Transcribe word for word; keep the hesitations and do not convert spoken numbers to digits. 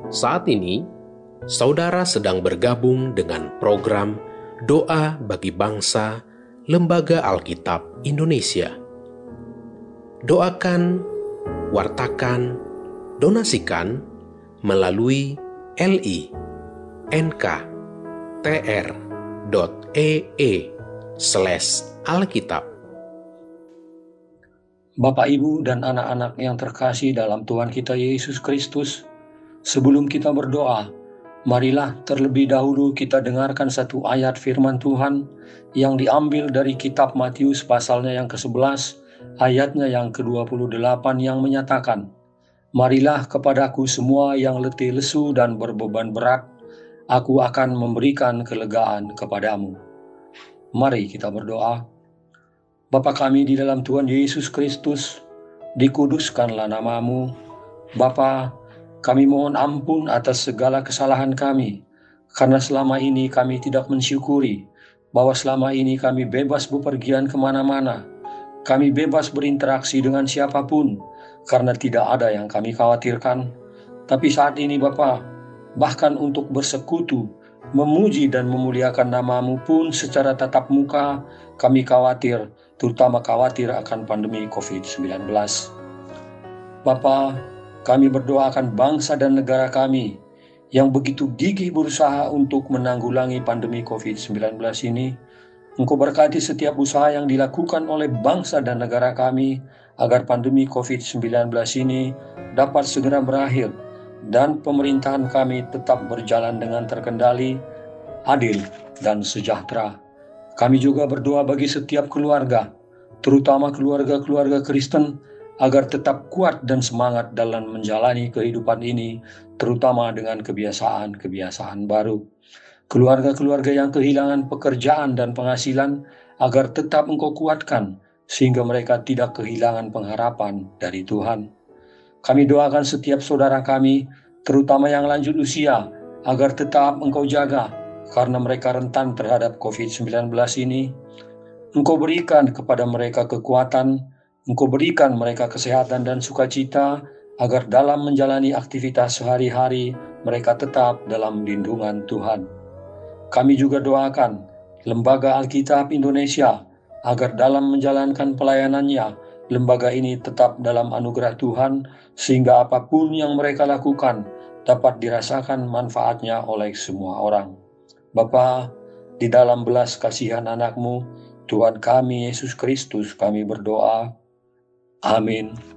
Saat ini, saudara sedang bergabung dengan program Doa bagi Bangsa Lembaga Alkitab Indonesia. Doakan, wartakan, donasikan melalui li nkTR.ee slash Alkitab. Bapak, Ibu, dan anak-anak yang terkasih dalam Tuhan kita Yesus Kristus, sebelum kita berdoa, marilah terlebih dahulu kita dengarkan satu ayat firman Tuhan yang diambil dari kitab Matius pasalnya yang kesebelas, ayatnya yang kedua puluh delapan yang menyatakan, "Marilah kepadaku semua yang letih lesu dan berbeban berat, aku akan memberikan kelegaan kepadamu." Mari kita berdoa. Bapa kami di dalam Tuhan Yesus Kristus, dikuduskanlah namamu. Bapa, kami mohon ampun atas segala kesalahan kami, karena selama ini kami tidak mensyukuri bahwa selama ini kami bebas bepergian kemana-mana. Kami bebas berinteraksi dengan siapapun, karena tidak ada yang kami khawatirkan. Tapi saat ini Bapa, bahkan untuk bersekutu, memuji dan memuliakan namamu pun secara tatap muka, kami khawatir, terutama khawatir akan pandemi covid sembilan belas. Bapa, kami berdoakan bangsa dan negara kami yang begitu gigih berusaha untuk menanggulangi pandemi covid sembilan belas ini. Engkau berkati setiap usaha yang dilakukan oleh bangsa dan negara kami agar pandemi covid sembilan belas ini dapat segera berakhir dan pemerintahan kami tetap berjalan dengan terkendali, adil, dan sejahtera. Kami juga berdoa bagi setiap keluarga, terutama keluarga-keluarga Kristen, agar tetap kuat dan semangat dalam menjalani kehidupan ini, terutama dengan kebiasaan-kebiasaan baru. Keluarga-keluarga yang kehilangan pekerjaan dan penghasilan, agar tetap Engkau kuatkan, sehingga mereka tidak kehilangan pengharapan dari Tuhan. Kami doakan setiap saudara kami, terutama yang lanjut usia, agar tetap Engkau jaga, karena mereka rentan terhadap covid sembilan belas ini. Engkau berikan kepada mereka kekuatan, Engkau berikan mereka kesehatan dan sukacita, agar dalam menjalani aktivitas sehari-hari, mereka tetap dalam lindungan Tuhan. Kami juga doakan Lembaga Alkitab Indonesia, agar dalam menjalankan pelayanannya, lembaga ini tetap dalam anugerah Tuhan, sehingga apapun yang mereka lakukan dapat dirasakan manfaatnya oleh semua orang. Bapa, di dalam belas kasihan anak-Mu, Tuhan kami Yesus Kristus, kami berdoa. Amin.